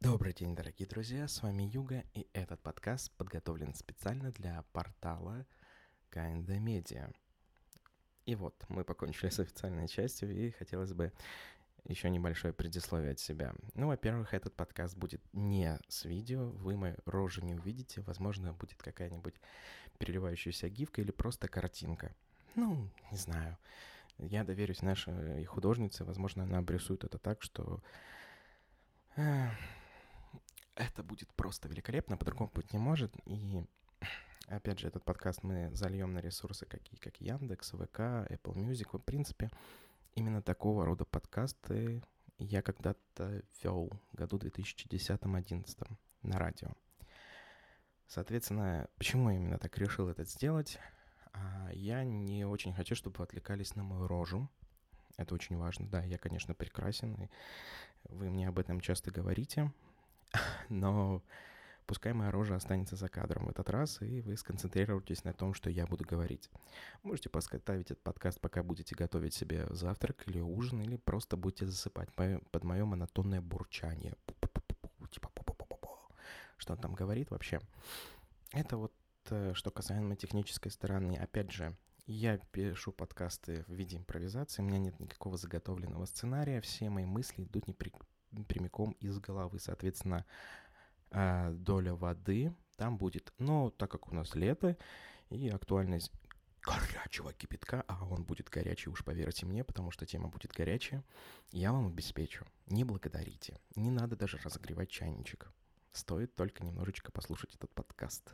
Добрый день, дорогие друзья, с вами Юга, и этот подкаст подготовлен специально для портала Kinda Media. И вот, мы покончили с официальной частью, и хотелось бы еще небольшое предисловие от себя. Во-первых, этот подкаст будет не с видео, вы мою рожу не увидите, возможно, будет какая-нибудь переливающаяся гифка или просто картинка. Не знаю. Я доверюсь нашей художнице, возможно, она обрисует это так, что... Это будет просто великолепно, по-другому быть не может. И, опять же, этот подкаст мы зальем на ресурсы, как Яндекс, ВК, Apple Music. В принципе, именно такого рода подкасты я когда-то вел в году 2010-2011 на радио. Соответственно, почему я именно так решил это сделать? Я не очень хочу, чтобы вы отвлекались на мою рожу. Это очень важно. Да, я, конечно, прекрасен, и вы мне об этом часто говорите. Но пускай моя рожа останется за кадром в этот раз, и вы сконцентрируетесь на том, что я буду говорить. Можете поставить этот подкаст, пока будете готовить себе завтрак или ужин, или просто будете засыпать под мое монотонное бурчание. Типа что он там говорит вообще. Это вот что касаемо технической стороны. Опять же, я пишу подкасты в виде импровизации, у меня нет никакого заготовленного сценария, все мои мысли идут прямиком из головы, соответственно, доля воды там будет. Но так как у нас лето и актуальность горячего кипятка, а он будет горячий, уж поверьте мне, потому что тема будет горячая, я вам обеспечу. Не благодарите. Не надо даже разогревать чайничек. Стоит только немножечко послушать этот подкаст.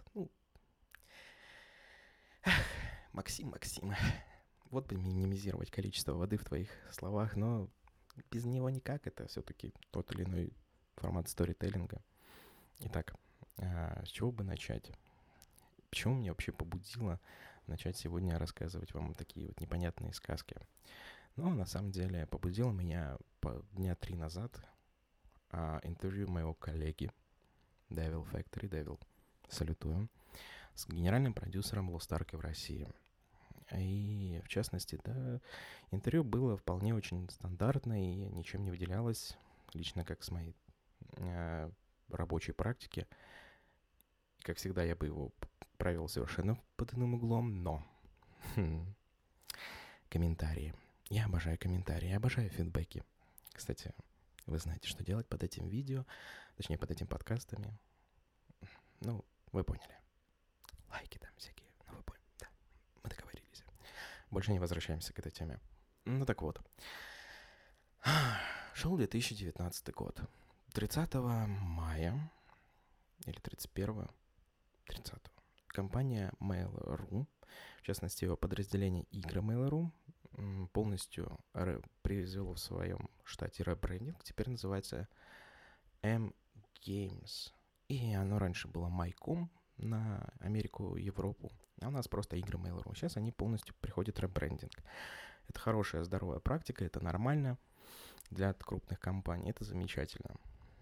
Максим, вот бы минимизировать количество воды в твоих словах, но без него никак, это все-таки тот или иной формат сторителлинга. Итак, с чего бы начать? Почему меня вообще побудило начать сегодня рассказывать вам такие вот непонятные сказки? На самом деле, побудило меня дня 3 назад интервью моего коллеги Devil Factory, Devil, салютую, с генеральным продюсером Lost Ark в России. И, в частности, да, интервью было вполне очень стандартное и ничем не выделялось, лично как с моей рабочей практики. Как всегда, я бы его провел совершенно под иным углом, но... Комментарии. Я обожаю комментарии, я обожаю фидбэки. Кстати, вы знаете, что делать под этим видео, точнее, под этими подкастами. Вы поняли. Лайки там всякие, вы поняли. Да, мы договорились. Больше не возвращаемся к этой теме. Так вот. Шел 2019 год. 30 мая, или 31, 30, компания Mail.ru, в частности, его подразделение игры Mail.ru, полностью произвело в своем штате ребрендинг, теперь называется M-Games. И оно раньше было MyCom на Америку, Европу, а у нас просто игры Mail.ru. Сейчас они полностью приходят ребрендинг. Это хорошая, здоровая практика, это нормально для крупных компаний, это замечательно.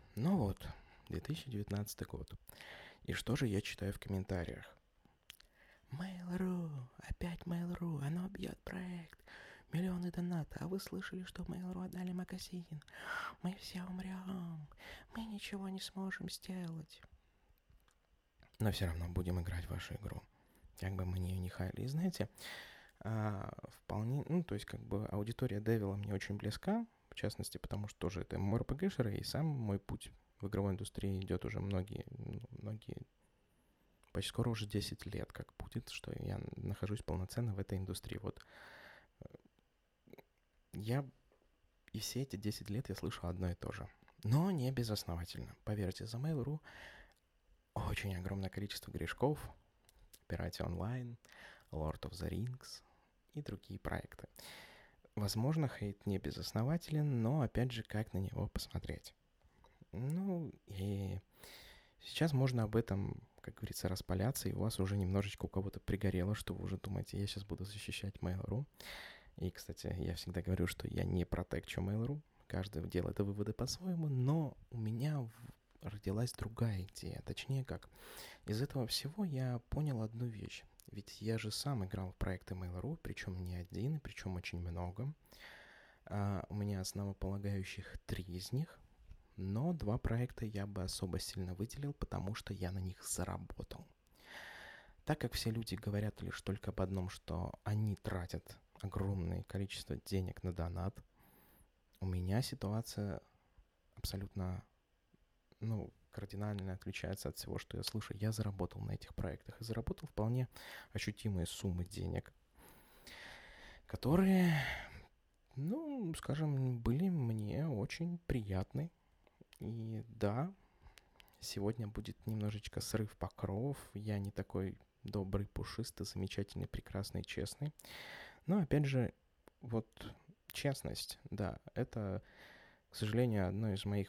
2019 год. И что же я читаю в комментариях? Mail.ru, опять Mail.ru, оно бьет проект. Миллионы донатов, а вы слышали, что Mail.ru отдали магазин? Мы все умрем, мы ничего не сможем сделать. Но все равно будем играть в вашу игру. Как бы мы ее не хаяли. И знаете, вполне, аудитория Devil мне очень близка, в частности, потому что тоже это MMORPG-шеры, и сам мой путь в игровой индустрии идет уже многие, почти скоро уже 10 лет, как будет, что я нахожусь полноценно в этой индустрии. Я и все эти 10 лет я слышу одно и то же. Но не безосновательно. Поверьте, за Mail.ru очень огромное количество грешков, Pirate Online, Lord of the Rings и другие проекты. Возможно, хейт не безоснователен, но, опять же, как на него посмотреть? И сейчас можно об этом, как говорится, распаляться, и у вас уже немножечко у кого-то пригорело, что вы уже думаете, я сейчас буду защищать Mail.ru. И, кстати, я всегда говорю, что я не протекчу Mail.ru, каждый делает выводы по-своему, но у меня родилась другая идея. Точнее как, из этого всего я понял одну вещь. Ведь я же сам играл в проекты Mail.ru, причем не один, и причем очень много. У меня основополагающих 3 из них. но 2 проекта я бы особо сильно выделил, потому что я на них заработал. Так как все люди говорят лишь только об одном, что они тратят огромное количество денег на донат, у меня ситуация абсолютно, кардинально отличается от всего, что я слышу. Я заработал на этих проектах и заработал вполне ощутимые суммы денег, которые, скажем, были мне очень приятны. И да, сегодня будет немножечко срыв покровов. Я не такой добрый, пушистый, замечательный, прекрасный, честный. Но, опять же, вот честность, да, это, к сожалению, одно из моих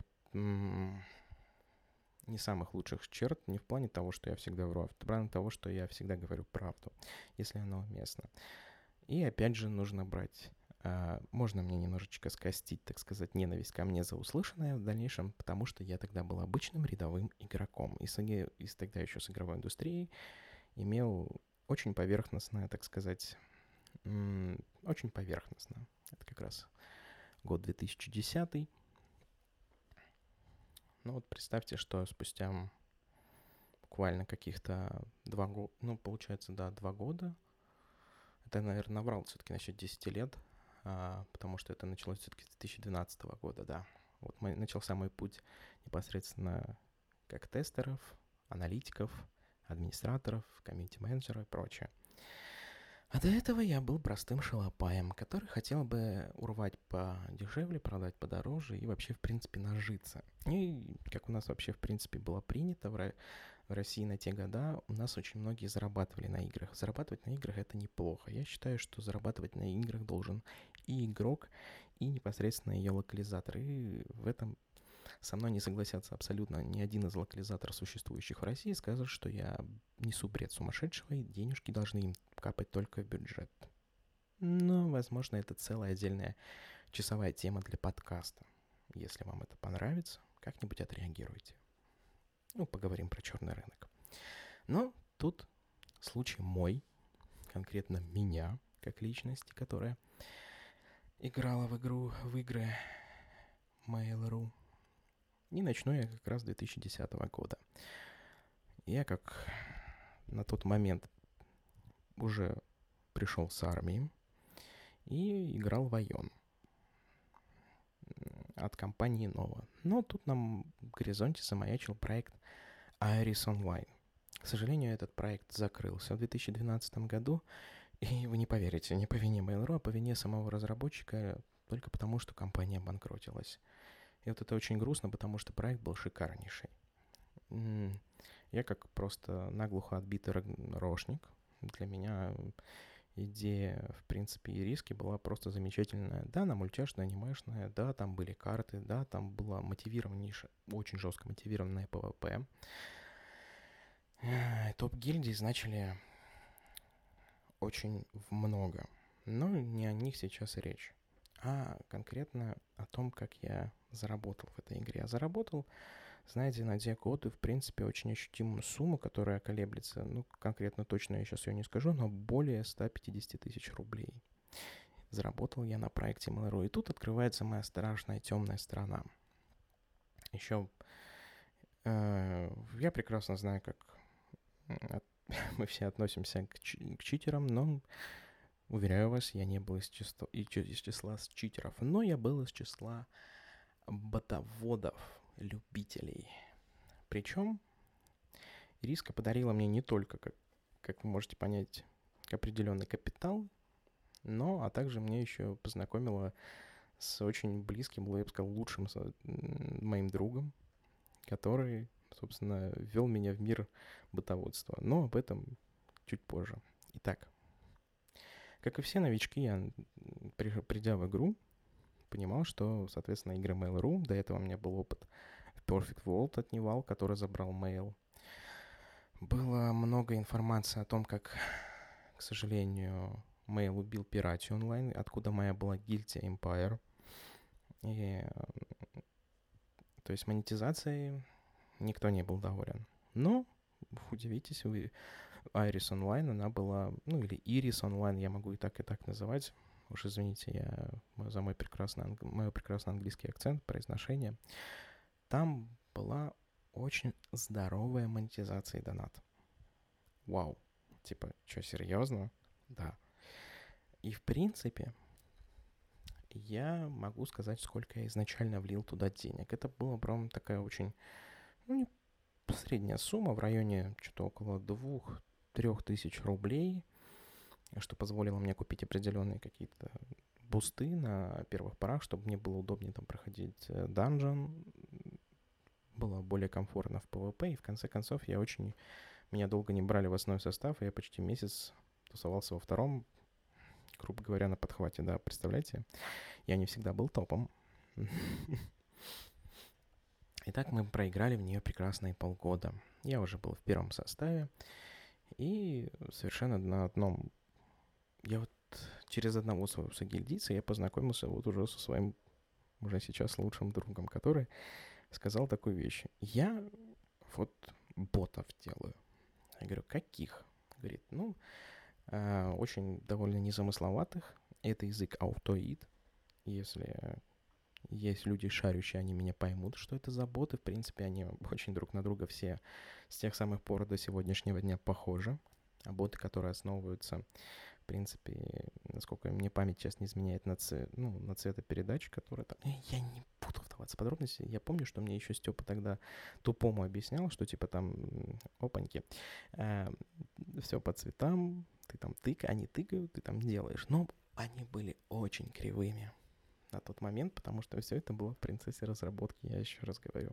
не самых лучших черт, не в плане того, что я всегда вру, а в плане того, что я всегда говорю правду, если оно уместно. И, опять же, нужно брать... можно мне немножечко скостить, так сказать, ненависть ко мне за услышанное в дальнейшем, потому что я тогда был обычным рядовым игроком. И тогда еще с игровой индустрией имел очень поверхностное, так сказать, очень поверхностно. Это как раз год 2010. Вот представьте, что спустя буквально каких-то 2 года, получается, 2 года, это, наверное, наврал все-таки насчет 10 лет, потому что это началось все-таки с 2012 года, да. Вот начался мой путь непосредственно как тестеров, аналитиков, администраторов, комьюнити-менеджера и прочее. А до этого я был простым шалопаем, который хотел бы урвать подешевле, продать подороже и вообще, в принципе, нажиться. И как у нас вообще, в принципе, было принято в России на те года, у нас очень многие зарабатывали на играх. Зарабатывать на играх — это неплохо. Я считаю, что зарабатывать на играх должен и игрок, и непосредственно ее локализатор. И в этом со мной не согласятся абсолютно ни один из локализаторов, существующих в России, скажет, что я несу бред сумасшедшего, и денежки должны им капать только в бюджет. Но, возможно, это целая отдельная часовая тема для подкаста. Если вам это понравится, как-нибудь отреагируйте. Поговорим про черный рынок. Но тут случай мой, конкретно меня, как личности, которая играла в игры Mail.ru. И начну я как раз с 2010 года. Я как на тот момент уже пришел с армии и играл в Ion от компании Nova. Но тут нам в горизонте замаячил проект Iris Online. К сожалению, этот проект закрылся в 2012 году, и вы не поверите, не по вине Mail.ru, а по вине самого разработчика, только потому, что компания обанкротилась. И вот это очень грустно, потому что проект был шикарнейший. Я как просто наглухо отбитый рошник. Для меня идея, в принципе, и риски была просто замечательная. Да, она мультяшная, анимешная, да, там были карты, да, там была мотивированнейшая, очень жестко мотивированная PvP. Топ-гильдии значили очень много. Но не о них сейчас речь, а конкретно о том, как я заработал в этой игре. Я заработал, знаете, на Диакоды, в принципе, очень ощутимую сумму, которая колеблется, конкретно точно я сейчас ее не скажу, но более 150 тысяч рублей. Заработал я на проекте Mail.ru. И тут открывается моя страшная темная сторона. Еще я прекрасно знаю, как мы все относимся к читерам, но, уверяю вас, я не был из числа читеров, но я был из числа ботоводов, любителей. Причем Ириска подарила мне не только, как вы можете понять, определенный капитал, а также мне еще познакомила с очень близким, я бы сказал, лучшим моим другом, который, собственно, ввел меня в мир бытоводства. Но об этом чуть позже. Итак, как и все новички, я, придя в игру, понимал, что, соответственно, игры Mail.ru, до этого у меня был опыт в Perfect World от Nival, который забрал Mail. Было много информации о том, как, к сожалению, Mail убил Пиратию онлайн, откуда моя была гильдия Empire. И, то есть монетизацией никто не был доволен. Но, удивитесь, Iris Online, она была, или Iris Online, я могу и так называть. Уж извините, за мой прекрасный английский акцент, произношение. там была очень здоровая монетизация и донат. Вау. Типа, что, серьезно? Да. И в принципе, я могу сказать, сколько я изначально влил туда денег. Это была прям такая очень, не средняя сумма в районе что-то около 2-3 тысяч рублей, что позволило мне купить определенные какие-то бусты на первых порах, чтобы мне было удобнее там проходить данжен, было более комфортно в PvP, и в конце концов меня долго не брали в основной состав, и я почти месяц тусовался во втором, грубо говоря, на подхвате, да, представляете? Я не всегда был топом. Итак, мы проиграли в нее прекрасные полгода. Я уже был в первом составе, и совершенно на одном... Я вот через одного своего сагильдийца я познакомился вот уже со своим, уже сейчас лучшим другом, который сказал такую вещь. Я вот ботов делаю. Я говорю, каких? Говорит, очень довольно незамысловатых. Это язык аутоид. Если есть люди шарящие, они меня поймут, что это за боты. В принципе, они очень друг на друга все с тех самых пор до сегодняшнего дня похожи. А боты, которые основываются, в принципе, насколько мне память сейчас не изменяет, на цветопередаче, которая там... Я не буду вдаваться в подробности. Я помню, что мне еще Степа тогда тупому объяснял, что типа там, опаньки, все по цветам, ты там они тыкают, ты там делаешь. Но они были очень кривыми на тот момент, потому что все это было в процессе разработки, я еще раз говорю.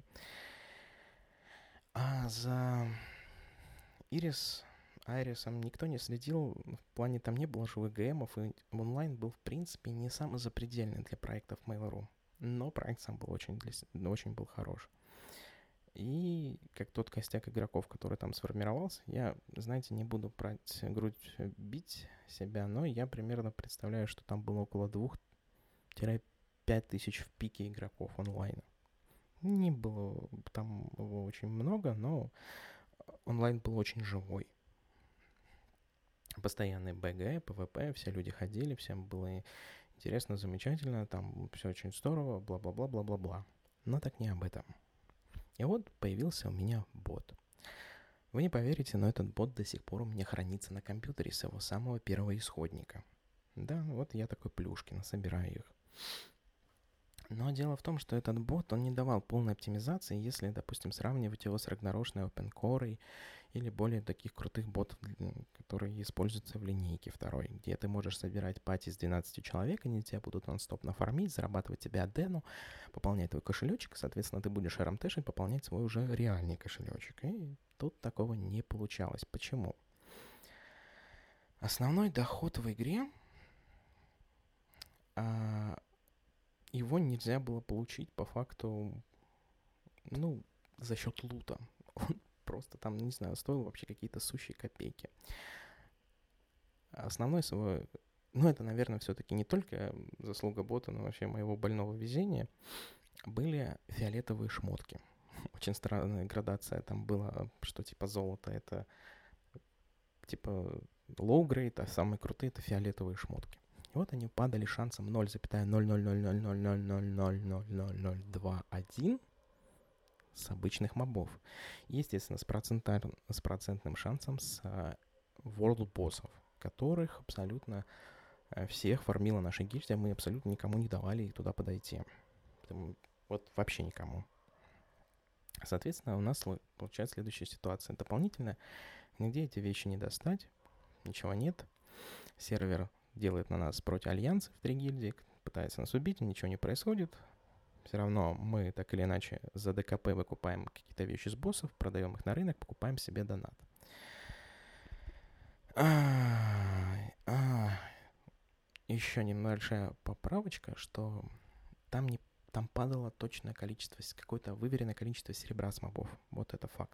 А за Айрисом никто не следил, в плане там не было живых ГМов, и онлайн был, в принципе, не самый запредельный для проектов Mail.ru. Но проект сам был очень был хорош. И как тот костяк игроков, который там сформировался, я, знаете, не буду брать грудь, бить себя, но я примерно представляю, что там было около 2-5 тысяч в пике игроков онлайна. Не было там его очень много, но онлайн был очень живой. Постоянные БГ, ПВП, все люди ходили, всем было интересно, замечательно, там все очень здорово, бла-бла-бла-бла-бла-бла. Но так не об этом. И вот появился у меня бот. Вы не поверите, но этот бот до сих пор у меня хранится на компьютере с его самого первого исходника. Да, вот я такой Плюшкин, собираю их. Но дело в том, что этот бот, он не давал полной оптимизации, если, допустим, сравнивать его с разнорошной OpenCore или более таких крутых ботов, которые используются в линейке второй, где ты можешь собирать пати с 12 человек, они тебя будут нон-стоп нафармить, зарабатывать тебе адену, пополнять твой кошелечек, соответственно, ты будешь РМТшить, пополнять свой уже реальный кошелечек. И тут такого не получалось. Почему? Основной доход в игре... его нельзя было получить по факту, за счет лута. Он просто там, не знаю, стоил вообще какие-то сущие копейки. Основной свой... это, наверное, все-таки не только заслуга бота, но вообще моего больного везения. Были фиолетовые шмотки. Очень странная градация там была, что типа золото это типа low-grade, а самые крутые это фиолетовые шмотки. И вот они падали шансом 0,000000000000021 с обычных мобов. И, естественно, с процентным шансом с World боссов, которых абсолютно всех фармила наша гильдия. Мы абсолютно никому не давали туда подойти. Вот вообще никому. Соответственно, у нас получается следующая ситуация. Дополнительно нигде эти вещи не достать. Ничего нет. Сервер делает на нас против альянсов 3 гильдии, пытается нас убить, ничего не происходит. Все равно мы так или иначе за ДКП выкупаем какие-то вещи с боссов, продаем их на рынок, покупаем себе донат. Еще небольшая поправочка, что там падало точное количество, какое-то выверенное количество серебра с мобов. Вот это факт.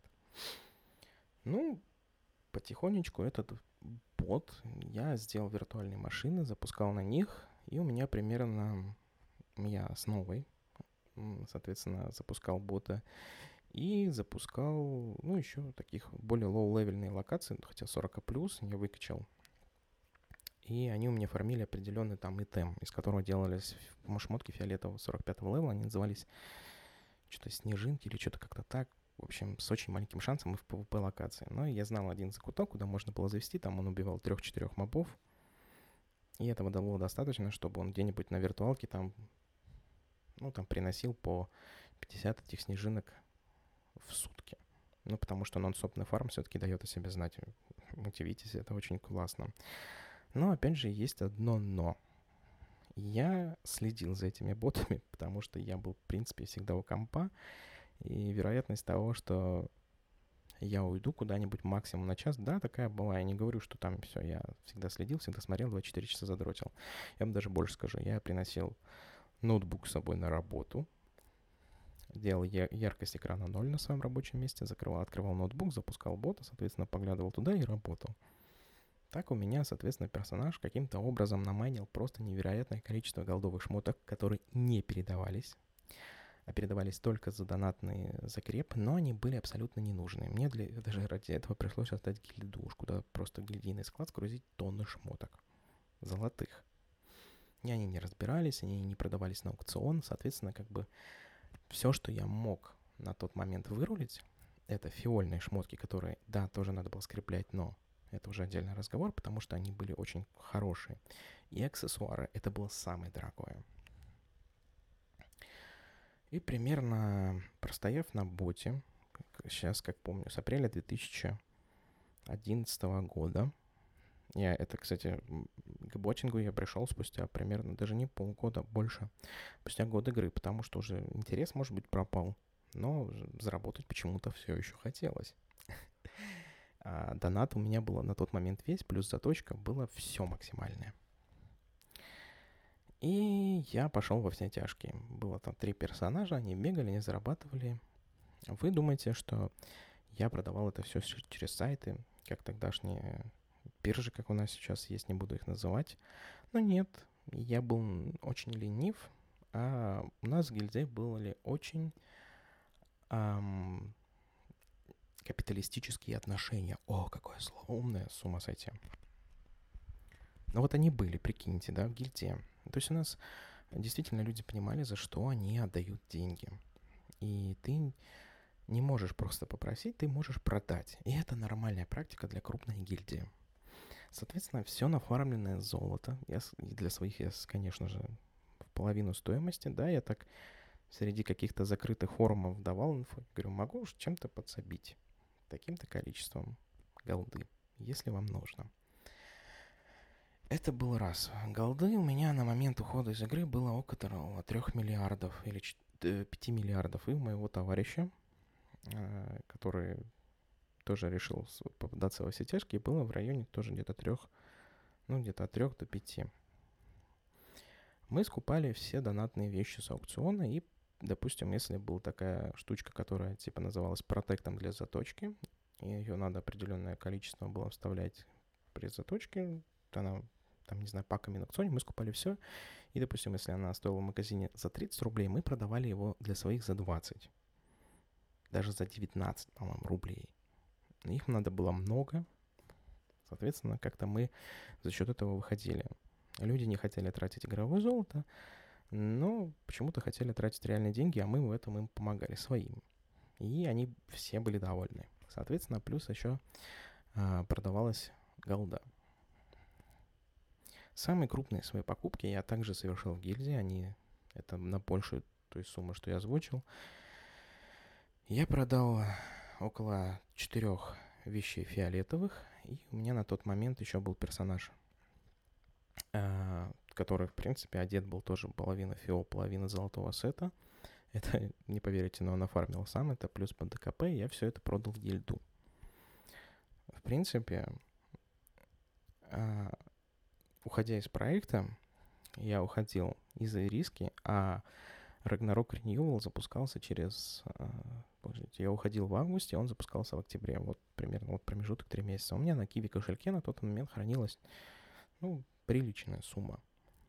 Потихонечку этот бот, я сделал виртуальные машины, запускал на них, и у меня примерно, я с новой, соответственно, запускал бота, и запускал, еще таких более лоу-левельные локации, хотя 40+, я выкачал. И они у меня фармили определенный там итем, из которого делались шмотки фиолетового 45-го левела, они назывались что-то снежинки или что-то как-то так. В общем, с очень маленьким шансом и в PvP локации. Но я знал один закуток, куда можно было завести. Там он убивал 3-4 мобов. И этого было достаточно, чтобы он где-нибудь на виртуалке там, ну, там приносил по 50 этих снежинок в сутки. Ну, потому что нон-стопный фарм все-таки дает о себе знать. Мотивитесь, это очень классно. Но, опять же, есть одно «но». Я следил за этими ботами, потому что я был, в принципе, всегда у компа. И вероятность того, что я уйду куда-нибудь максимум на час, да, такая была. Я не говорю, что там все, я всегда следил, всегда смотрел, 24 часа задротил. Я вам даже больше скажу, я приносил ноутбук с собой на работу, делал яркость экрана 0 на своем рабочем месте, открывал ноутбук, запускал бота, соответственно, поглядывал туда и работал. Так у меня, соответственно, персонаж каким-то образом намайнил просто невероятное количество голдовых шмоток, которые не передавались, а передавались только за донатный закреп, но они были абсолютно ненужные. Мне даже ради этого пришлось создать гильдуш, куда просто в гильдийный склад сгрузить тонны шмоток золотых. И они не разбирались, они не продавались на аукцион, соответственно, как бы все, что я мог на тот момент вырулить, это фиольные шмотки, которые, да, тоже надо было скреплять, но это уже отдельный разговор, потому что они были очень хорошие. И аксессуары, это было самое дорогое. И примерно простояв на боте, сейчас, как помню, с апреля 2011 года, кстати, к ботингу я пришел спустя примерно, даже не полгода, больше, спустя год игры, потому что уже интерес, может быть, пропал, но заработать почему-то все еще хотелось. А донат у меня было на тот момент весь, плюс заточка, было все максимальное. И я пошел во все тяжкие. Было там 3 персонажа, они бегали, они зарабатывали. Вы думаете, что я продавал это все через сайты, как тогдашние биржи, как у нас сейчас есть, не буду их называть. Но нет, я был очень ленив, а у нас в гильдии были очень капиталистические отношения. О, какое слово умное, с ума сойти. Но вот они были, прикиньте, да, в гильдии. То есть у нас действительно люди понимали, за что они отдают деньги. И ты не можешь просто попросить, ты можешь продать. И это нормальная практика для крупной гильдии. Соответственно, все нафармленное золото, для своих я, конечно же, в половину стоимости, да, я так среди каких-то закрытых форумов давал инфу. Говорю, могу уж чем-то подсобить. Таким-то количеством голды, если вам нужно. Это был раз. Голды у меня на момент ухода из игры было около 3 миллиардов или 5 миллиардов. И у моего товарища, который тоже решил попадаться во все тяжкие, было в районе тоже где-то 3, где-то от 3 до 5. Мы скупали все донатные вещи с аукциона, и, допустим, если была такая штучка, которая типа называлась протектом для заточки, и ее надо определенное количество было вставлять при заточке, она, там, не знаю, паками на аукционе, мы скупали все, и, допустим, если она стоила в магазине за 30 рублей, мы продавали его для своих за 20. Даже за 19, по-моему, рублей. Их надо было много, соответственно, как-то мы за счет этого выходили. Люди не хотели тратить игровое золото, но почему-то хотели тратить реальные деньги, а мы в этом им помогали своим. И они все были довольны. Соответственно, плюс еще продавалась голда. Самые крупные свои покупки я также совершил в гильдии. Это на большую той суммы, что я озвучил. Я продал около 4 вещей фиолетовых, и у меня на тот момент еще был персонаж, который, в принципе, одет был тоже половина фиол, половина золотого сета. Это, не поверите, но он оформил сам, это плюс по ДКП, и я все это продал в гильду. В принципе, уходя из проекта, я уходил из-за риски, а Ragnarok Renewal запускался я уходил в августе, он запускался в октябре. Вот примерно вот промежуток 3 месяца. У меня на Kiwi кошельке на тот момент хранилась, приличная сумма.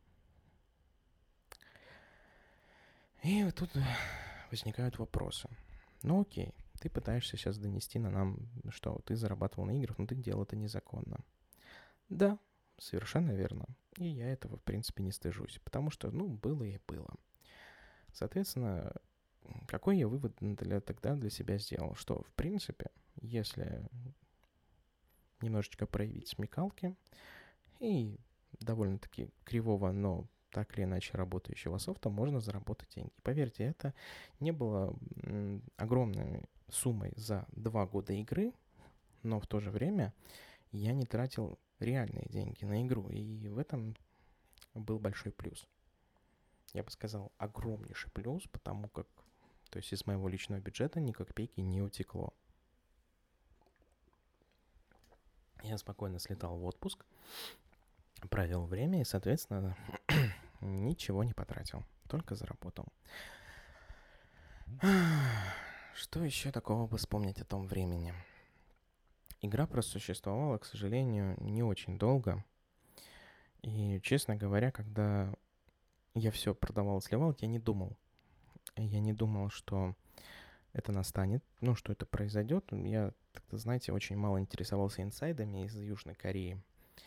И вот тут возникают вопросы. Окей, ты пытаешься сейчас донести на нам, что ты зарабатывал на играх, но ты делал это незаконно. Да, совершенно верно. И я этого, в принципе, не стыжусь. Потому что, было и было. Соответственно, какой я вывод тогда для себя сделал? Что, в принципе, если немножечко проявить смекалки и довольно-таки кривого, но так или иначе работающего софта, можно заработать деньги. Поверьте, это не было огромной суммой за 2 года игры, но в то же время я не тратил реальные деньги на игру, и в этом был большой плюс. Я бы сказал, огромнейший плюс, потому как, то есть из моего личного бюджета ни копейки не утекло. Я спокойно слетал в отпуск, провел время и, соответственно, ничего не потратил, только заработал. Что еще такого бы вспомнить о том времени? Игра просуществовала, к сожалению, не очень долго. И, честно говоря, когда я все продавал, сливал, я не думал. Я не думал, что это настанет, что это произойдет. Я, знаете, очень мало интересовался инсайдами из Южной Кореи.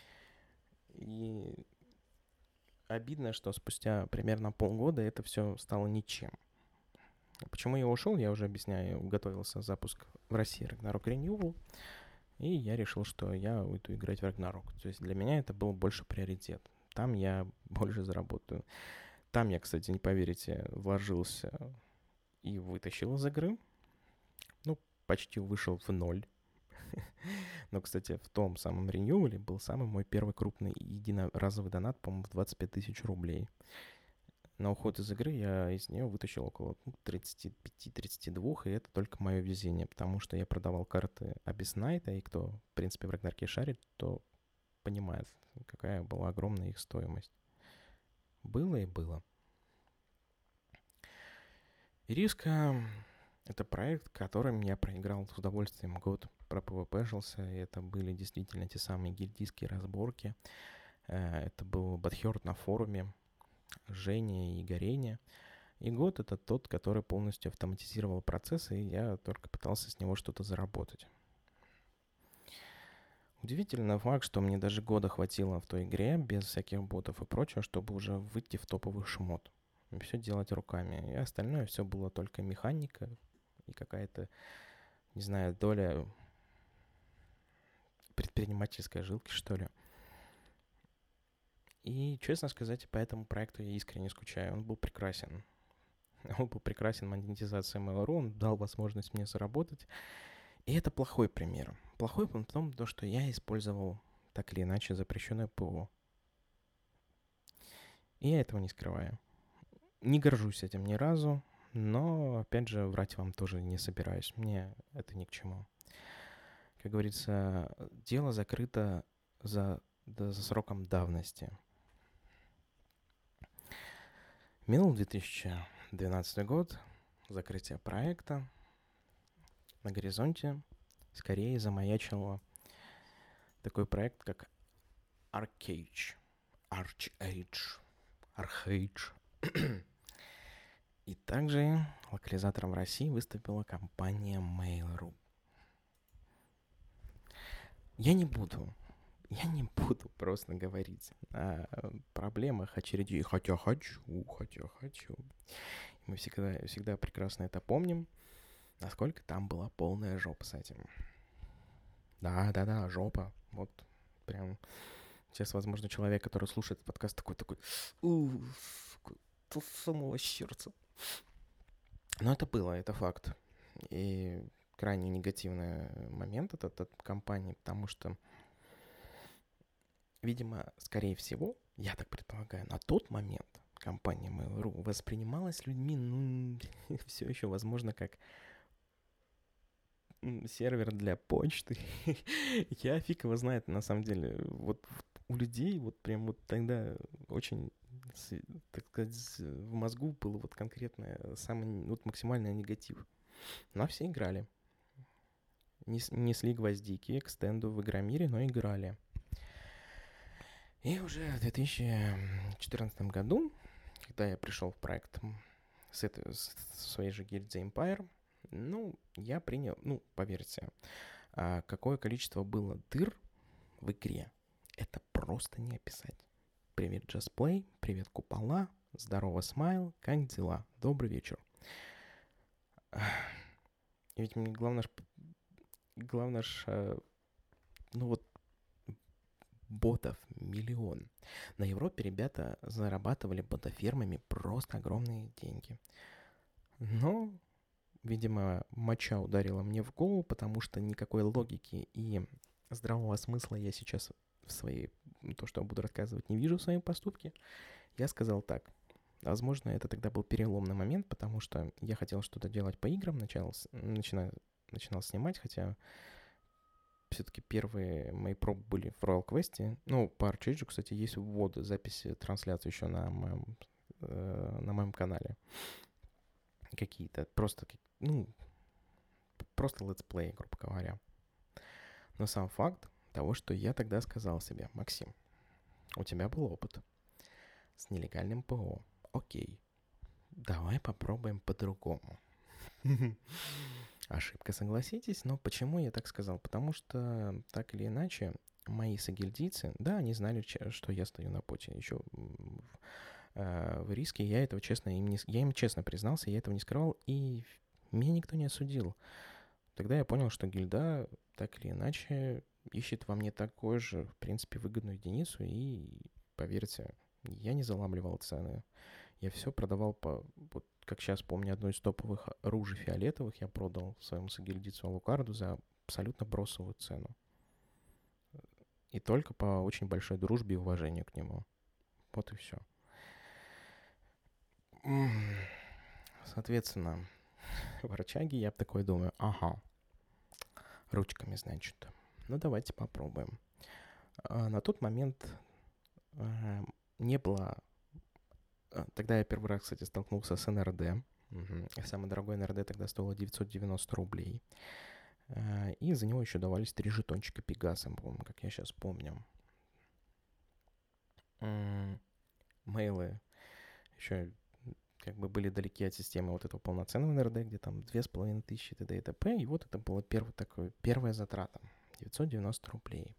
И обидно, что спустя примерно полгода это все стало ничем. Почему я ушел, я уже объясняю. Готовился запуск в России Ragnarok Renewal. И я решил, что я уйду играть в Ragnarok. То есть для меня это был больше приоритет. Там я больше заработаю. Там я, кстати, не поверите, вложился и вытащил из игры. Почти вышел в ноль. Но, кстати, в том самом Renewal был самый мой первый крупный единоразовый донат, по-моему, в 25 тысяч рублей. На уход из игры я из нее вытащил около 35-32, и это только мое везение, потому что я продавал карты Abyss Knight, и кто, в принципе, в Рагнарке шарит, то понимает, какая была огромная их стоимость. Было и было. Ириска — это проект, которым я проиграл с удовольствием год, пропвпшился, и это были действительно те самые гильдийские разборки. Это был Butthurt на форуме, жжение и горение. И год — это тот, который полностью автоматизировал процессы, и я только пытался с него что-то заработать. Удивительный факт, что мне даже года хватило в той игре, без всяких ботов и прочего, чтобы уже выйти в топовый шмот. И все делать руками. И остальное все было только механика и какая-то, не знаю, доля предпринимательской жилки, что ли. И, честно сказать, по этому проекту я искренне скучаю. Он был прекрасен. Он был прекрасен монетизацией Mail.ru, он дал возможность мне заработать. И это плохой пример. Плохой в том, что я использовал так или иначе запрещенное ПО. И я этого не скрываю. Не горжусь этим ни разу, но, опять же, врать вам тоже не собираюсь. Мне это ни к чему. Как говорится, дело закрыто за сроком давности. Минул 2012 год, закрытие проекта. На горизонте скорее замаячил такой проект, как Arcade. И также локализатором в России выступила компания Mail.ru. Я не буду просто говорить о проблемах очередей, хотя хочу. Мы всегда прекрасно это помним, насколько там была полная жопа с этим. Да, жопа. Вот прям сейчас, возможно, человек, который слушает этот подкаст, такой, до самого сердца. Но это было, это факт. И крайне негативный момент от компании, потому что, видимо, скорее всего, я так предполагаю, на тот момент компания Mail.ru воспринималась людьми, все еще, возможно, как сервер для почты. Я фиг его знает, на самом деле. Вот у людей вот прям вот тогда очень, так сказать, в мозгу было вот конкретно самый вот максимальный негатив. Но все играли. Несли гвоздики к стенду в Игромире, но играли. И уже в 2014 году, когда я пришел в проект с своей же гильдией Empire, я принял, поверьте, какое количество было дыр в игре, это просто не описать. Привет, Just Play, привет, Купола, здорово, Смайл, как дела? Добрый вечер. И ведь мне главное ж, ну вот, ботов миллион. На Европе ребята зарабатывали ботофермами просто огромные деньги. Но, видимо, моча ударила мне в голову, потому что никакой логики и здравого смысла я сейчас в своей, то, что я буду рассказывать, не вижу в своем поступке. Я сказал так. Возможно, это тогда был переломный момент, потому что я хотел что-то делать по играм, начинал снимать, хотя все-таки первые мои пробы были в Royal Quest. Ну, по Archage, кстати, есть вводы, записи трансляции еще на моем канале. Какие-то просто, ну, просто летсплей, грубо говоря. Но сам факт того, что я тогда сказал себе: Максим, у тебя был опыт с нелегальным ПО. Окей, давай попробуем по-другому. Ошибка, согласитесь, но почему я так сказал? Потому что, так или иначе, мои сагильдийцы, да, они знали, что я стою на поте. Еще в риске я этого честно я им честно признался, я этого не скрывал, и меня никто не осудил. Тогда я понял, что гильда, так или иначе, ищет во мне такой же, в принципе, выгодную единицу, и, поверьте, я не заламливал цены. Я все продавал по... Вот как сейчас помню, одну из топовых ружей фиолетовых я продал своему сагильдицу Алукарду за абсолютно бросовую цену. И только по очень большой дружбе и уважению к нему. Вот и все. Соответственно, в Арчаге я такой думаю: ага, ручками, значит. Ну, давайте попробуем. На тот момент не было... Тогда я первый раз, кстати, столкнулся с НРД. Самый дорогой НРД тогда стоило 990 рублей. И за него еще давались 3 жетончика Пегаса, по-моему, как я сейчас помню. Мейлы еще как бы были далеки от системы вот этого полноценного НРД, где там 2500 т.д. и т.п. И вот это была первая затрата. 990 рублей.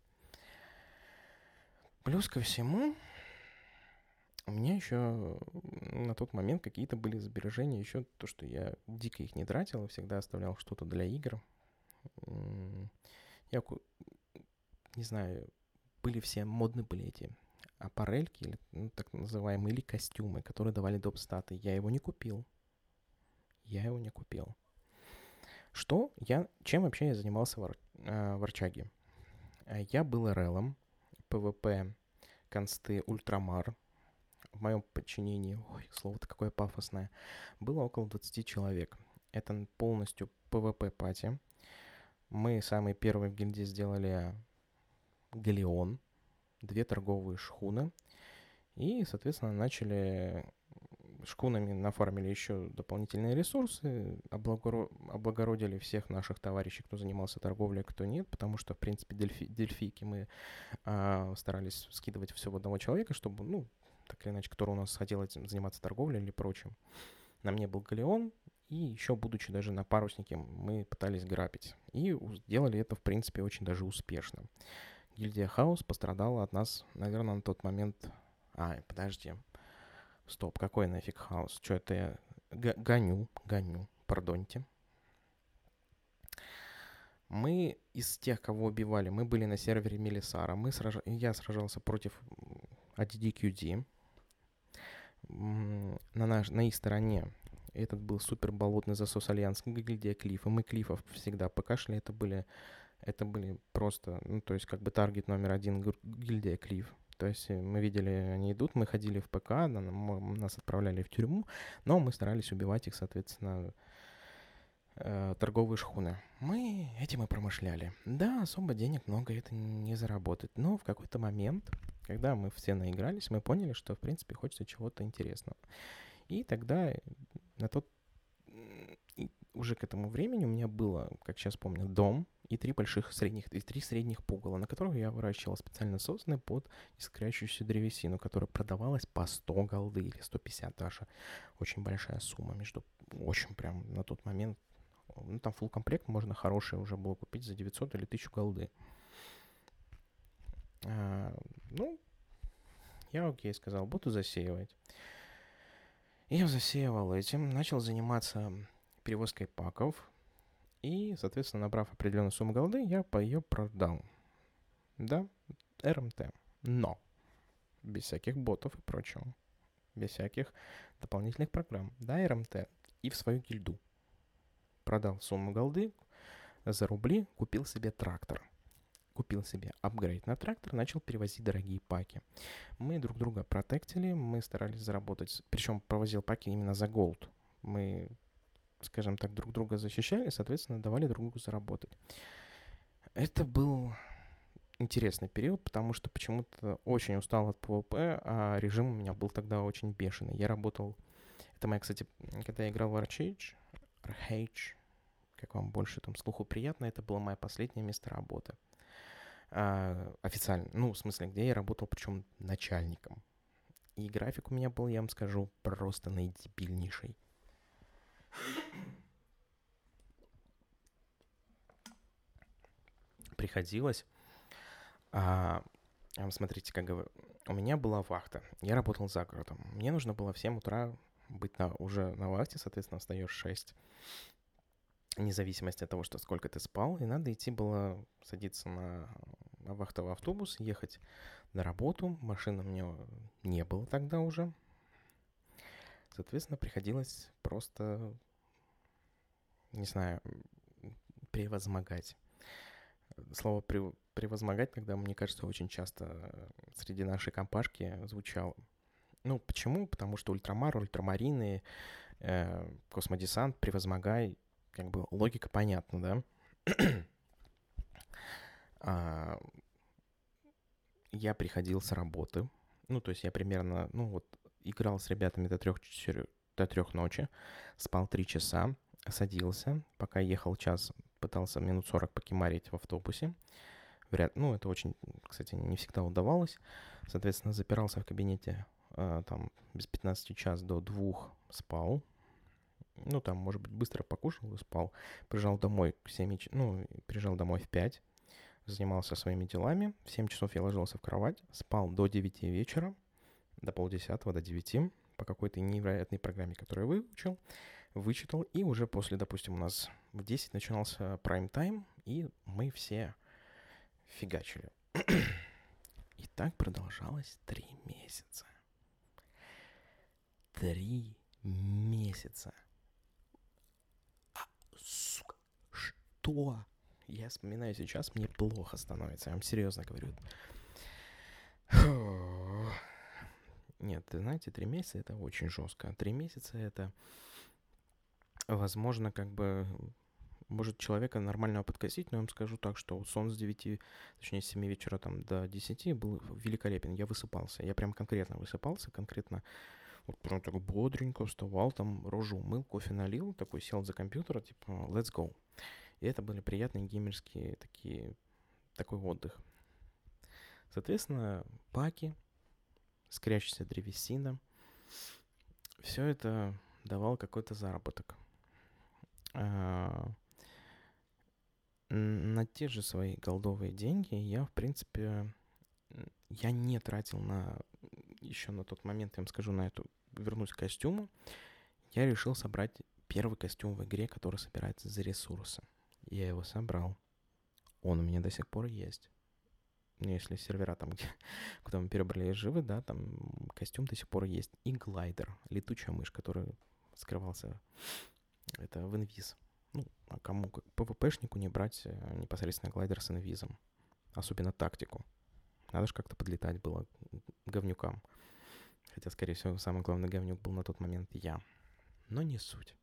Плюс ко всему, у меня еще на тот момент какие-то были сбережения, еще то, что я дико их не тратил, всегда оставлял что-то для игр. Я, не знаю, модны были эти аппарельки, или, ну, так называемые, или костюмы, которые давали доп-статы. Я его не купил. Чем вообще я занимался в Арчаге? Я был РЛом, ПВП, консты Ультрамар. В моем подчинении, ой, слово-то какое пафосное, было около 20 человек. Это полностью ПВП-пати. Мы самые первые в гильдии сделали галеон, 2 торговые шхуны. И, соответственно, начали шхунами нафармили еще дополнительные ресурсы, облагородили всех наших товарищей, кто занимался торговлей, а кто нет, потому что, в принципе, дельфийки мы старались скидывать все в одного человека, чтобы, ну, так или иначе, который у нас хотел этим заниматься торговлей или прочим. На мне был галеон, и еще, будучи даже на паруснике, мы пытались грабить. И сделали это, в принципе, очень даже успешно. Гильдия Хаус пострадала от нас, наверное, на тот момент... подожди. Стоп, какой нафиг Хаус? Что это я... Гоню, пардоньте. Мы из тех, кого убивали, мы были на сервере Мелисара. Я сражался против ADDQD. На их стороне этот был супер болотный засос Альянс, гильдия Клифф. И мы Клиффов всегда покашляли. Это были просто, ну, то есть как бы таргет номер 1 гильдия Клифф. То есть мы видели, они идут, мы ходили в ПК, нас отправляли в тюрьму, но мы старались убивать их, соответственно, торговые шхуны. Этим и промышляли. Да, особо денег много это не заработать, но в какой-то момент, когда мы все наигрались, мы поняли, что, в принципе, хочется чего-то интересного. И тогда уже к этому времени у меня было, как сейчас помню, дом и 3 средних пугала, на которых я выращивал специально сосны под искрящуюся древесину, которая продавалась по 100 голды или 150 даже. Очень большая сумма, очень прям на тот момент. Ну, там фулл комплект можно хороший уже было купить за 900 или 1000 голды. Я окей сказал, буду засеивать. Я засеивал этим, начал заниматься перевозкой паков. И, соответственно, набрав определенную сумму голды, я ее продал. Да, РМТ. Но без всяких ботов и прочего. Без всяких дополнительных программ. Да, РМТ. И в свою гильду. Продал сумму голды за рубли, купил себе трактор. Купил себе апгрейд на трактор, начал перевозить дорогие паки. Мы друг друга протектили, мы старались заработать, причем провозил паки именно за голд. Мы, скажем так, друг друга защищали, соответственно, давали друг другу заработать. Это был интересный период, потому что почему-то очень устал от PvP, а режим у меня был тогда очень бешеный. Я работал... Это моя, кстати, когда я играл в Arcade, как вам больше там слуху приятно, это было мое последнее место работы. Официально, ну, в смысле, где я работал, причем начальником. И график у меня был, я вам скажу, просто наидебильнейший. Приходилось... смотрите, как говорю, у меня была вахта, я работал за городом. Мне нужно было в 7 утра быть уже на вахте, соответственно, встаешь в 6. Вне зависимости от того, что сколько ты спал, и надо идти было садиться на вахтовый автобус, ехать на работу. Машины у меня не было тогда уже. Соответственно, приходилось просто, не знаю, превозмогать. Слово «превозмогать» тогда, мне кажется, очень часто среди нашей компашки звучало. Ну, почему? Потому что ультрамарины, космодесант, превозмогай, как бы логика понятна, да? Я приходил с работы, ну, то есть я примерно, ну, вот, играл с ребятами до 3 ночи, спал 3 часа, садился, пока ехал час, пытался минут 40 покемарить в автобусе. Ну, это очень, кстати, не всегда удавалось. Соответственно, запирался в кабинете там без 15 час до 2 спал. Ну, там, может быть, быстро покушал и спал. Приезжал домой приезжал домой в 5. Занимался своими делами. В 7 часов я ложился в кровать. Спал до 9 вечера. До 9:30, до 9. По какой-то невероятной программе, которую я вычитал. И уже после, допустим, у нас в 10 начинался прайм-тайм. И мы все фигачили. И так продолжалось 3 месяца. 3 месяца. Сука, что? Я вспоминаю сейчас, мне плохо становится, я вам серьезно говорю. Нет, ты знаете, 3 месяца это очень жестко. 3 месяца это, возможно, как бы может человека нормально подкосить, но я вам скажу так, что сон с 9, точнее с 7 вечера там, до 10 был великолепен. Я высыпался, я прям конкретно высыпался, конкретно вот прям так бодренько вставал, там рожу мыл, кофе налил, такой сел за компьютер, типа let's go. И это были приятные геймерские такой отдых. Соответственно, паки, скрячься древесина, все это давало какой-то заработок. На те же свои голдовые деньги я, в принципе, я не тратил еще на тот момент, я вам скажу, вернусь к костюму. Я решил собрать первый костюм в игре, который собирается за ресурсы. Я его собрал. Он у меня до сих пор есть. Ну, если сервера там, куда мы перебрали живы, да, там костюм до сих пор есть. И глайдер, летучая мышь, который скрывался это в инвиз. Ну, а кому, как PvP-шнику, не брать непосредственно глайдер с инвизом. Особенно тактику. Надо же как-то подлетать было говнюкам. Хотя, скорее всего, самый главный говнюк был на тот момент я. Но не суть.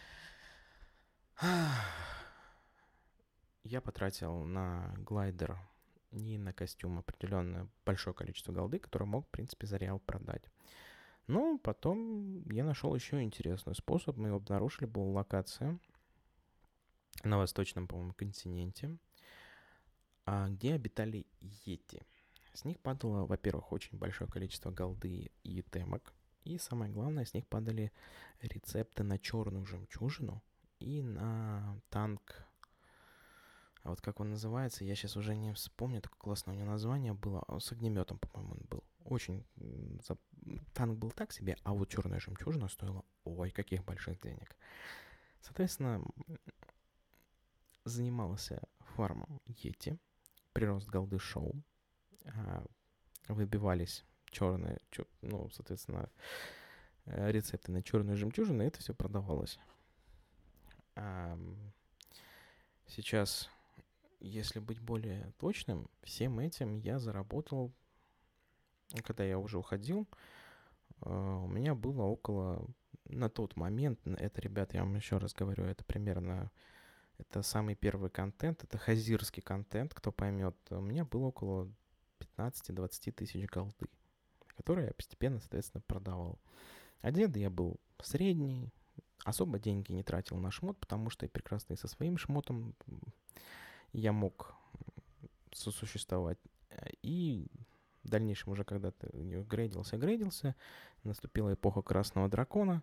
Я потратил на глайдер и на костюм определенное большое количество голды, которое мог, в принципе, за реал продать. Но потом я нашел еще интересный способ. Мы его обнаружили, была локация на восточном, по-моему, континенте, где обитали йети. С них падало, во-первых, очень большое количество голды и темок. И самое главное, с них падали рецепты на черную жемчужину и на танк. А вот как он называется, я сейчас уже не вспомню, такое классное у него название было. С огнеметом, по-моему, он был. Очень... Танк был так себе, а вот черная жемчужина стоила, ой, каких больших денег. Соответственно, занимался фармом Йети, прирост голды шоу, выбивались черные, ну, соответственно, рецепты на черную жемчужину, и это все продавалось. Сейчас, если быть более точным, всем этим я заработал, когда я уже уходил, у меня было около, на тот момент, это, ребят, я вам еще раз говорю, это примерно, это самый первый контент, это хазирский контент, кто поймет, у меня было около 15-20 тысяч голды, которые я постепенно, соответственно, продавал. Одет я был средний, особо деньги не тратил на шмот, потому что я прекрасно и со своим шмотом я мог сосуществовать. И в дальнейшем уже когда-то грейдился, наступила эпоха Красного Дракона,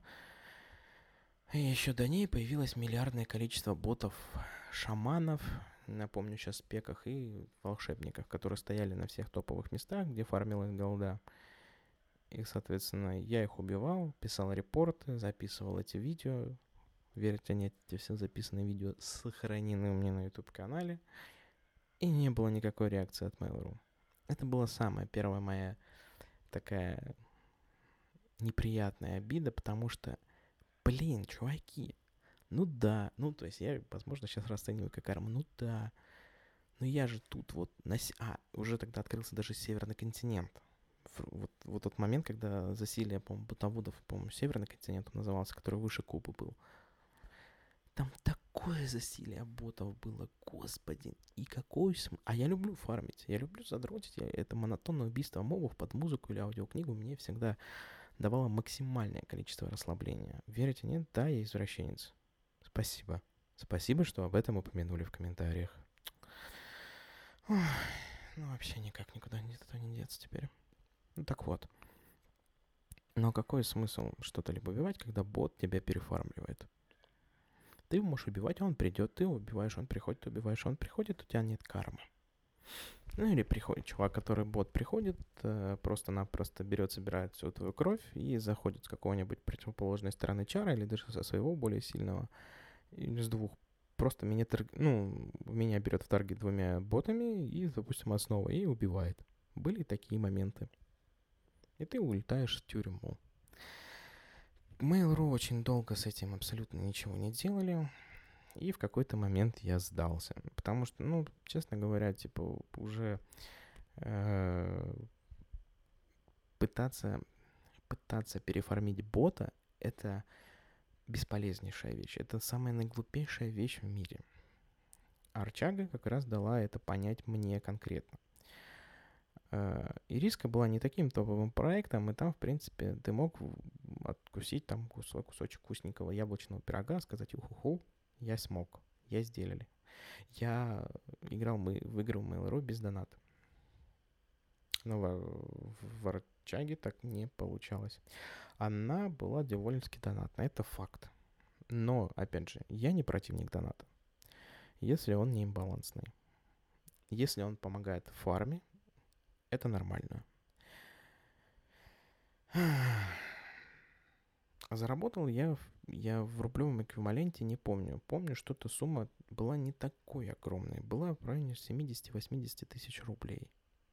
и еще до ней появилось миллиардное количество ботов-шаманов, напомню сейчас спеках и волшебников, которые стояли на всех топовых местах, где фармилась голда. И, соответственно, я их убивал, писал репорты, записывал эти видео. Верьте, нет, эти все записанные видео сохранены у меня на YouTube-канале. И не было никакой реакции от Mail.ru. Это была самая первая моя такая неприятная обида, потому что, блин, чуваки, ну да, ну то есть я, возможно, сейчас расцениваю как карму, ну да, но я же тут вот, уже тогда открылся даже Северный континент. Вот тот момент, когда засилие, по-моему, ботоводов, по-моему, Северный континент он назывался, который выше Кубы был. Там такое засилие ботов было, господи, и какой смысл. А я люблю фармить, я люблю задротить, это монотонное убийство мобов под музыку или аудиокнигу мне всегда давало максимальное количество расслабления. Верите, нет? Да, я извращенец. Спасибо. Спасибо, что об этом упомянули в комментариях. Ой, ну вообще никак никуда не деться теперь. Ну так вот. Но какой смысл что-то либо убивать, когда бот тебя перефармливает? Ты можешь убивать, а он придет, ты убиваешь, он приходит, ты убиваешь, он приходит, у тебя нет кармы. Ну или приходит чувак, который бот приходит, просто-напросто берет, собирает всю твою кровь и заходит с какой-нибудь противоположной стороны чара или даже со своего более сильного, или с двух. Просто меня берет в таргет двумя ботами и, допустим, основа, и убивает. Были такие моменты. И ты улетаешь в тюрьму. Mail.ru очень долго с этим абсолютно ничего не делали. И в какой-то момент я сдался. Потому что, честно говоря, уже пытаться переформить бота — это бесполезнейшая вещь. Это самая наиглупейшая вещь в мире. Арчага как раз дала это понять мне конкретно. Ириска была не таким топовым проектом, и там, в принципе, ты мог откусить там свой кусочек вкусненького яблочного пирога, сказать уху-ху, я смог, я сделали. Я в игру Mail.ru без доната. Но в Арчаге так не получалось. Она была довольно-таки донатная, это факт. Но, опять же, я не противник доната. Если он не имбалансный. Если он помогает в фарме, это нормально. Заработал я в рублевом эквиваленте, не помню. Помню, что-то сумма была не такой огромной. Была в районе 70-80 тысяч рублей.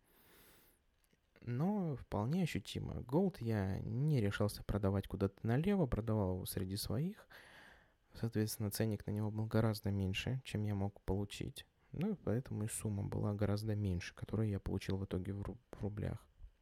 Но вполне ощутимо. Gold я не решался продавать куда-то налево, продавал его среди своих. Соответственно, ценник на него был гораздо меньше, чем я мог получить. Ну и поэтому и сумма была гораздо меньше, которую я получил в итоге в рублях.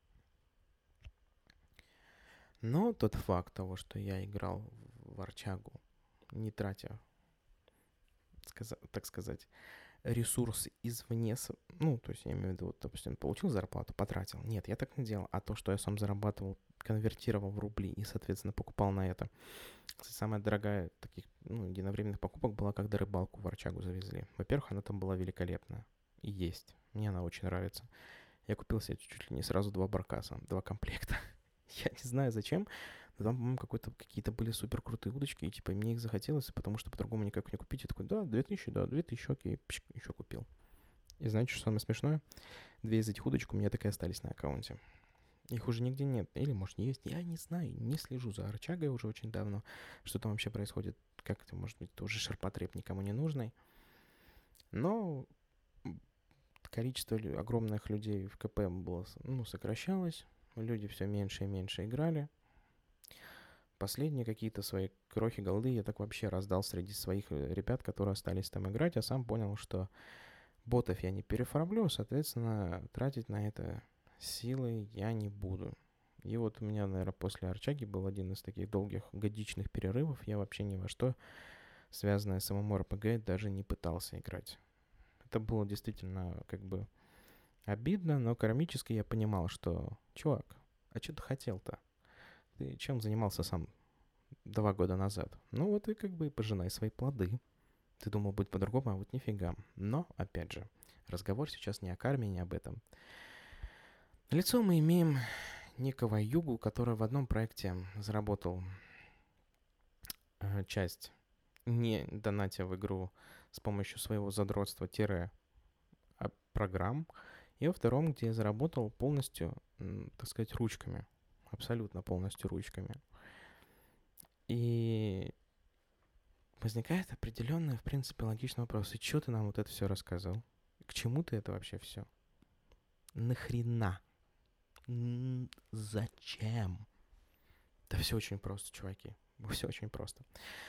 Но тот факт того, что я играл в Арчагу, не тратя, так сказать, ресурсы извне, то есть я имею в виду, допустим, получил зарплату, потратил. Нет, я так не делал. А то, что я сам зарабатывал, конвертировал в рубли и, соответственно, покупал на это. Кстати, самая дорогая таких единовременных покупок была, когда рыбалку в Арчагу завезли. Во-первых, она там была великолепная. И есть. Мне она очень нравится. Я купил себе чуть ли не сразу 2 баркаса, 2 комплекта. Я не знаю зачем, но там, по-моему, какие-то были супер крутые удочки, и мне их захотелось, потому что по-другому никак не купить. Я такой, 2000, окей, еще купил. И знаете, что самое смешное? 2 из этих удочек у меня так и остались на аккаунте. Их уже нигде нет. Или, может, есть. Я не знаю, не слежу за Арчагой уже очень давно, что там вообще происходит. как это может быть, тоже ширпотреб никому не нужный. Но количество огромных людей в КП было, сокращалось. Люди все меньше и меньше играли. Последние какие-то свои крохи голды я так вообще раздал среди своих ребят, которые остались там играть, а сам понял, что ботов я не переформлю, соответственно, тратить на это силы я не буду. И вот у меня, наверное, после Арчаги был один из таких долгих годичных перерывов. Я вообще ни во что, связанное с MMORPG, даже не пытался играть. Это было действительно как бы обидно, но кармически я понимал, что, чувак, а что ты хотел-то? Ты чем занимался сам 2 года назад? Ну вот и как бы пожинай свои плоды. Ты думал, будет по-другому, а вот нифига. Но, опять же, разговор сейчас не о карме, не об этом. На лицо мы имеем некого Югу, который в одном проекте заработал часть, не донатя в игру с помощью своего задротства-программ, и во втором, где заработал полностью, так сказать, ручками. Абсолютно полностью ручками. И возникает определенный, в принципе, логичный вопрос. И что ты нам вот это все рассказал? К чему ты это вообще все? Нахрена? Зачем? Да все очень просто, чуваки. Все очень просто.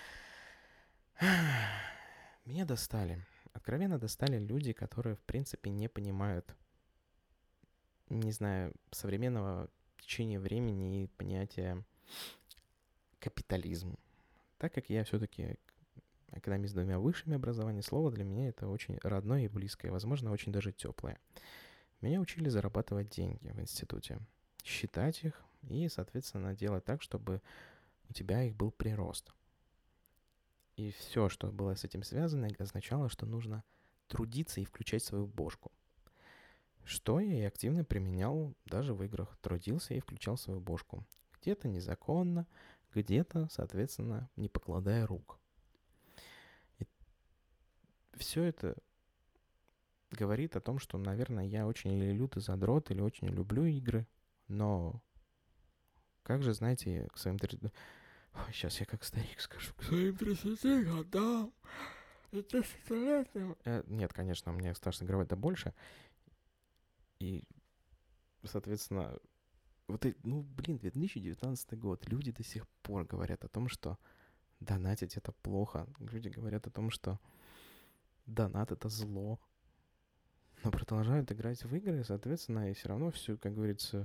Меня достали. Откровенно достали люди, которые, в принципе, не понимают, не знаю, современного течения времени и понятия капитализм. Так как я все-таки экономист с 2 высшими образованиями, слово для меня это очень родное и близкое, возможно, очень даже теплое. Меня учили зарабатывать деньги в институте, считать их и, соответственно, делать так, чтобы у тебя их был прирост. И все, что было с этим связано, означало, что нужно трудиться и включать свою бошку. Что я и активно применял даже в играх. Трудился и включал свою бошку. Где-то незаконно, где-то, соответственно, не покладая рук. И все это говорит о том, что, наверное, я очень или лютый задрот, или очень люблю игры, но как же, знаете, к своим... Сейчас я как старик скажу. К своим 30 годам, 30-летним... Нет, конечно, мне страшно говорить, да больше. И, соответственно, вот, 2019 год. Люди до сих пор говорят о том, что донатить это плохо. Люди говорят о том, что донат это зло. Но продолжают играть в игры, соответственно, и все равно все, как говорится,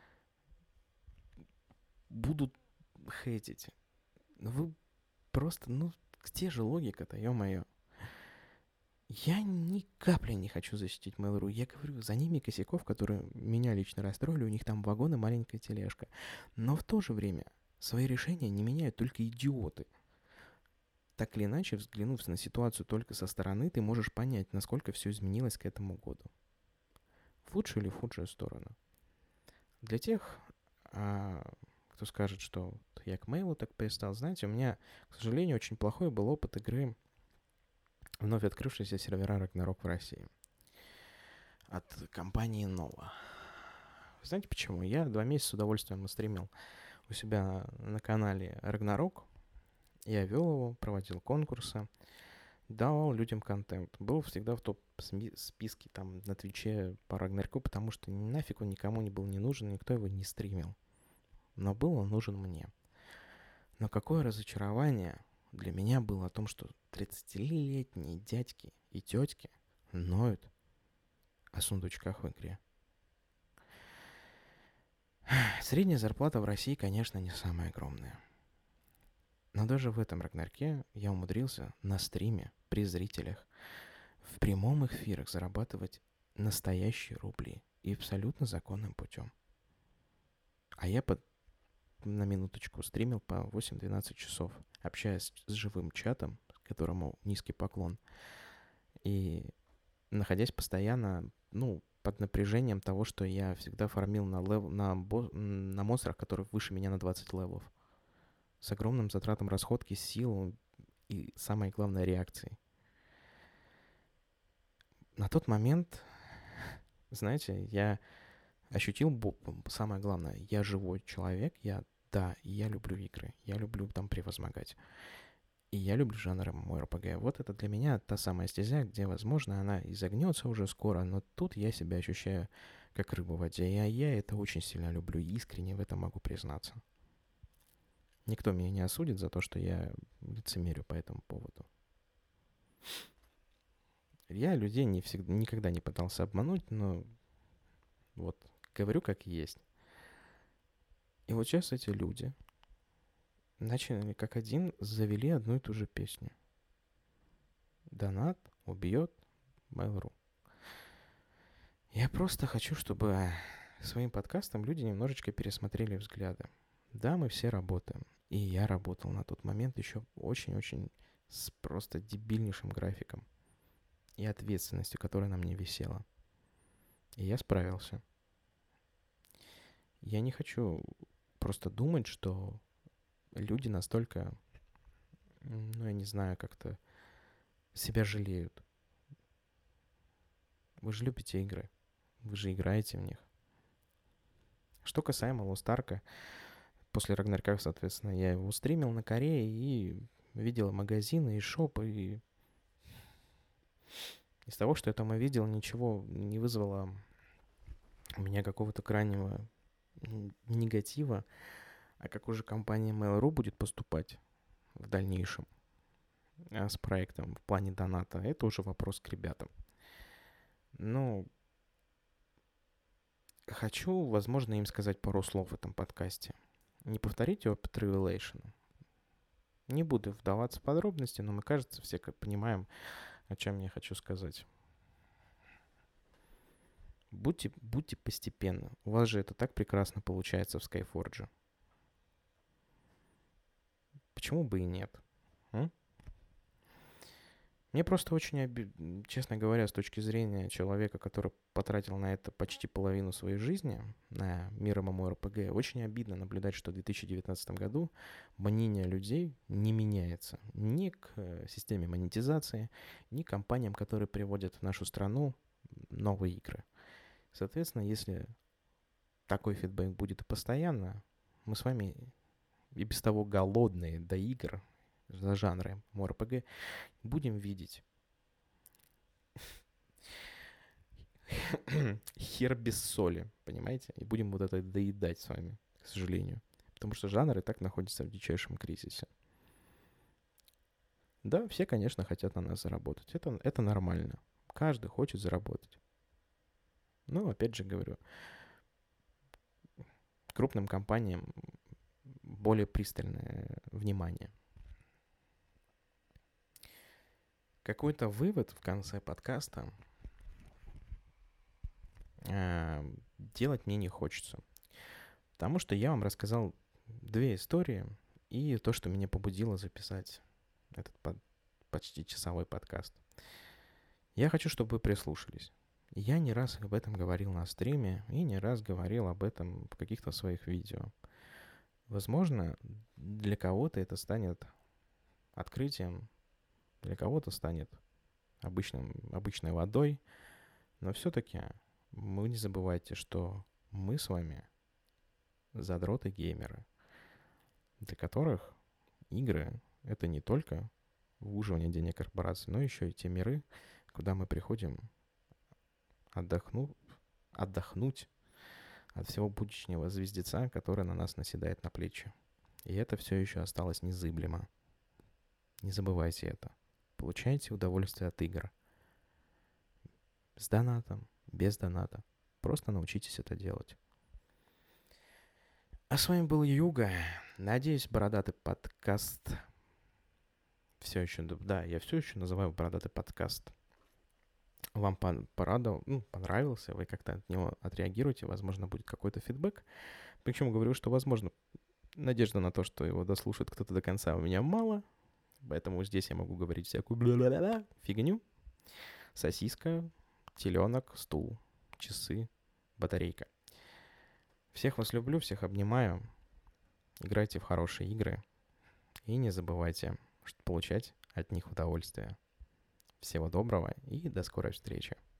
будут хейтить. Но вы просто, где же логика-то, ё-моё? Я ни капли не хочу защитить Mail.ru. Я говорю, за ними косяков, которые меня лично расстроили, у них там вагон и маленькая тележка. Но в то же время свои решения не меняют только идиоты. Так или иначе, взглянув на ситуацию только со стороны, ты можешь понять, насколько все изменилось к этому году. В лучшую или в худшую сторону. Для тех, кто скажет, что я к Mail.ru так перестал, знаете, у меня, к сожалению, очень плохой был опыт игры вновь открывшиеся сервера Ragnarok в России от компании Nova. Вы знаете почему? Я 2 месяца с удовольствием стримил у себя на канале Ragnarok. Я вел его, проводил конкурсы, давал людям контент. Был всегда в топ-списке там на Твиче по Рагнарёку, потому что нафиг он никому не был не нужен, никто его не стримил. Но был он нужен мне. Но какое разочарование для меня было о том, что 30-летние дядьки и тетки ноют о сундучках в игре. Средняя зарплата в России, конечно, не самая огромная. Но даже в этом Рагнарёке я умудрился на стриме, при зрителях, в прямом эфирах зарабатывать настоящие рубли и абсолютно законным путем. А я на минуточку стримил по 8-12 часов, общаясь с живым чатом, которому низкий поклон, и находясь постоянно, под напряжением того, что я всегда фармил на монстрах, которые выше меня на 20 левелов. С огромным затратом расходки, сил и, самое главное, реакции. На тот момент, знаете, я ощутил, самое главное, я живой человек, я люблю игры, я люблю там превозмогать. И я люблю жанр MMORPG. Вот это для меня та самая стезя, где, возможно, она изогнется уже скоро, но тут я себя ощущаю как рыба в воде. И я это очень сильно люблю, и искренне в этом могу признаться. Никто меня не осудит за то, что я лицемерю по этому поводу. Я людей никогда не пытался обмануть, но вот говорю как есть. И вот сейчас эти люди начали как один, завели одну и ту же песню. Донат убьет Mail.ru. Я просто хочу, чтобы своим подкастом люди немножечко пересмотрели взгляды. Да, мы все работаем. И я работал на тот момент еще очень-очень с просто дебильнейшим графиком и ответственностью, которая на мне висела. И я справился. Я не хочу просто думать, что люди настолько, ну, я не знаю, как-то себя жалеют. Вы же любите игры. Вы же играете в них. Что касаемо Lost Ark, после Рагнарёка, соответственно, я его стримил на Корее и видел магазины и шопы, и из того, что я там увидел, ничего не вызвало у меня какого-то крайнего негатива. А как уже компания Mail.ru будет поступать в дальнейшем с проектом в плане доната, это уже вопрос к ребятам. Ну, хочу, возможно, им сказать пару слов в этом подкасте. Не повторите опыт Revelation. Не буду вдаваться в подробности, но мы, кажется, все понимаем, о чем я хочу сказать. Будьте постепенно. У вас же это так прекрасно получается в Skyforge. Почему бы и нет? Мне просто очень честно говоря, с точки зрения человека, который потратил на это почти половину своей жизни, на мир MMORPG, очень обидно наблюдать, что в 2019 году мнение людей не меняется ни к системе монетизации, ни к компаниям, которые приводят в нашу страну новые игры. Соответственно, если такой фидбэк будет постоянно, мы с вами и без того голодные до игр за жанры MMORPG будем видеть хер без соли, понимаете? И будем вот это доедать с вами, к сожалению. Потому что жанр и так находится в дичайшем кризисе. Да, все, конечно, хотят на нас заработать. Это нормально. Каждый хочет заработать. Но, опять же говорю, крупным компаниям более пристальное внимание. Какой-то вывод в конце подкаста делать мне не хочется. Потому что я вам рассказал две истории и то, что меня побудило записать этот почти часовой подкаст. Я хочу, чтобы вы прислушались. Я не раз об этом говорил на стриме и не раз говорил об этом в каких-то своих видео. Возможно, для кого-то это станет открытием, для кого-то станет обычной водой, но все-таки вы не забывайте, что мы с вами задроты-геймеры, для которых игры — это не только выуживание денег корпораций, но еще и те миры, куда мы приходим отдохнуть от всего будничного звездеца, который на нас наседает на плечи. И это все еще осталось незыблемо. Не забывайте это. Получайте удовольствие от игр. С донатом, без доната. Просто научитесь это делать. А с вами был Юга. Надеюсь, бородатый подкаст все еще... Да, я все еще называю бородатый подкаст. Вам понравился, вы как-то от него отреагируете, возможно, будет какой-то фидбэк. Причем говорю, что, возможно, надежда на то, что его дослушает кто-то до конца, у меня мало, поэтому здесь я могу говорить всякую фигню. Сосиска, теленок, стул, часы, батарейка. Всех вас люблю, всех обнимаю. Играйте в хорошие игры и не забывайте получать от них удовольствие. Всего доброго и до скорой встречи.